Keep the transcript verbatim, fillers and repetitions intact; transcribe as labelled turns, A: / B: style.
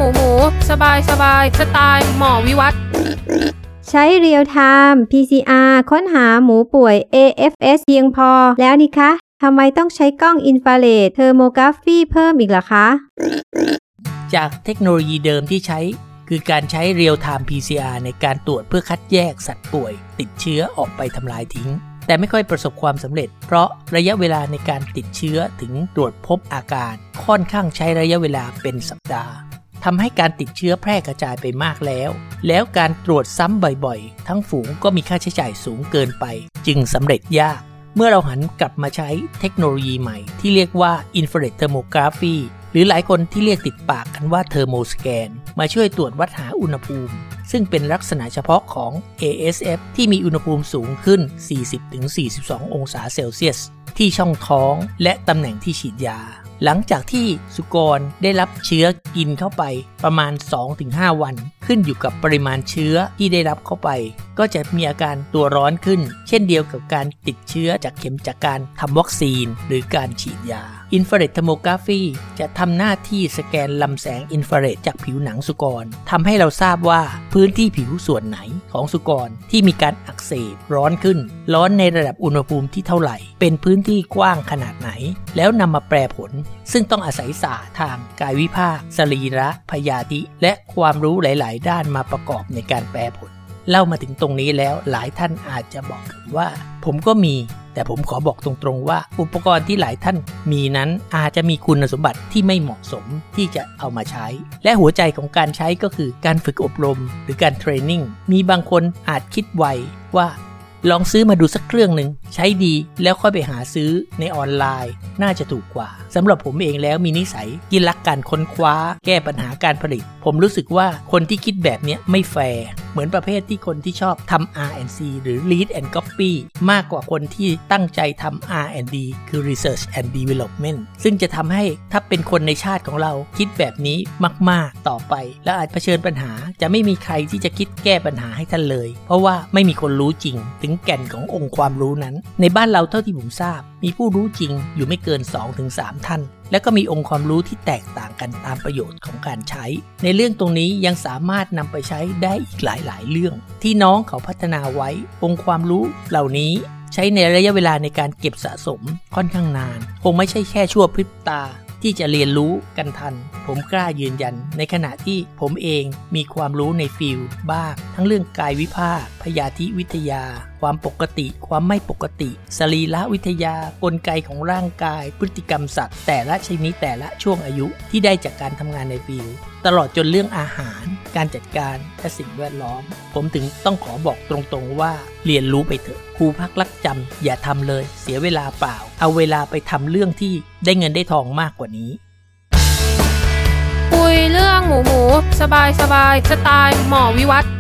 A: หมูหมูสบายสบายสไตล์หมอวิวัฒน์
B: ใช้เรียลไทม์ พี ซี อาร์ ค้นหาหมูป่วย เอ เอฟ เอส เพียงพอแล้วนี่คะทำไมต้องใช้กล้องอินฟราเรดเทอร์โมกราฟีเพิ่มอีกล่ะคะ
C: จากเทคโนโลยีเดิมที่ใช้คือการใช้เรียลไทม์ พี ซี อาร์ ในการตรวจเพื่อคัดแยกสัตว์ป่วยติดเชื้อออกไปทำลายทิ้งแต่ไม่ค่อยประสบความสำเร็จเพราะระยะเวลาในการติดเชื้อถึงตรวจพบอาการค่อนข้างใช้ระยะเวลาเป็นสัปดาห์ทำให้การติดเชื้อแพร่กระจายไปมากแล้วแล้วการตรวจซ้ำบ่อยๆทั้งฝูงก็มีค่าใช้จ่ายสูงเกินไปจึงสำเร็จยากเมื่อเราหันกลับมาใช้เทคโนโลยีใหม่ที่เรียกว่า Infrared Thermography หรือหลายคนที่เรียกติดปากกันว่า Thermoscan มาช่วยตรวจวัดหาอุณหภูมิซึ่งเป็นลักษณะเฉพาะของ เอ เอส เอฟ ที่มีอุณหภูมิสูงขึ้น สี่สิบถึงสี่สิบสอง องศาเซลเซียสที่ช่องท้องและตำแหน่งที่ฉีดยาหลังจากที่สุกรได้รับเชื้อกินเข้าไปประมาณ สองถึงห้า วันขึ้นอยู่กับปริมาณเชื้อที่ได้รับเข้าไปก็จะมีอาการตัวร้อนขึ้นเช่นเดียวกับการติดเชื้อจากเข็มจากการทำวัคซีนหรือการฉีดยา Infrared Thermography จะทำหน้าที่สแกนลำแสงอินฟราเรดจากผิวหนังสุกรทำให้เราทราบว่าพื้นที่ผิวส่วนไหนของสุกรที่มีการอักเสบร้อนขึ้นร้อนในระดับอุณหภูมิที่เท่าไหร่เป็นพื้นที่กว้างขนาดไหนแล้วนำมาแปรผลซึ่งต้องอาศัยศาสตร์ทางกายวิภาคสรีระพยาธิและความรู้หลายๆด้านมาประกอบในการแปรผลเล่ามาถึงตรงนี้แล้วหลายท่านอาจจะบอกผมว่าผมก็มีแต่ผมขอบอกตรงๆว่าอุปกรณ์ที่หลายท่านมีนั้นอาจจะมีคุณสมบัติที่ไม่เหมาะสมที่จะเอามาใช้และหัวใจของการใช้ก็คือการฝึกอบรมหรือการเทรนนิ่งมีบางคนอาจคิดไวว่าลองซื้อมาดูสักเครื่องหนึ่งใช้ดีแล้วค่อยไปหาซื้อในออนไลน์น่าจะถูกกว่าสำหรับผมเองแล้วมีนิสัยที่รักการค้นคว้าแก้ปัญหาการผลิตผมรู้สึกว่าคนที่คิดแบบนี้ไม่แฟร์เหมือนประเภทที่คนที่ชอบทำ อาร์ แอนด์ ซี หรือ Read and Copy มากกว่าคนที่ตั้งใจทำ อาร์ แอนด์ ดี คือ Research and Development ซึ่งจะทำให้ถ้าเป็นคนในชาติของเราคิดแบบนี้มากๆต่อไปและอาจเผชิญปัญหาจะไม่มีใครที่จะคิดแก้ปัญหาให้ท่านเลยเพราะว่าไม่มีคนรู้จริงถึงแก่นขององค์ความรู้นั้นในบ้านเราเท่าที่ผมทราบมีผู้รู้จริงอยู่ไม่เกิน สองถึงสาม ท่านและก็มีองค์ความรู้ที่แตกต่างกันตามประโยชน์ของการใช้ในเรื่องตรงนี้ยังสามารถนำไปใช้ได้อีกหลายๆเรื่องที่น้องเขาพัฒนาไว้องค์ความรู้เหล่านี้ใช้ในระยะเวลาในการเก็บสะสมค่อนข้างนานคงไม่ใช่แค่ชั่วพริบตาที่จะเรียนรู้กันทันผมกล้ายืนยันในขณะที่ผมเองมีความรู้ในฟิลด์บ้างทั้งเรื่องกายวิภาคพยาธิวิทยาความปกติความไม่ปกติสรีรวิทยากลไกของร่างกายพฤติกรรมสัตว์แต่ละชนิดแต่ละช่วงอายุที่ได้จากการทำงานในฟิลด์ตลอดจนเรื่องอาหารการจัดการและสิ่งแวดล้อมผมถึงต้องขอบอกตรงๆว่าเรียนรู้ไปเถอะครูพักรักจำอย่าทำเลยเสียเวลาเปล่าเอาเวลาไปทำเรื่องที่ได้เงินได้ทองมากกว่านี้
A: คุยเรื่องหมูหมูสบายสบายสไตล์หมอวิวัฒน์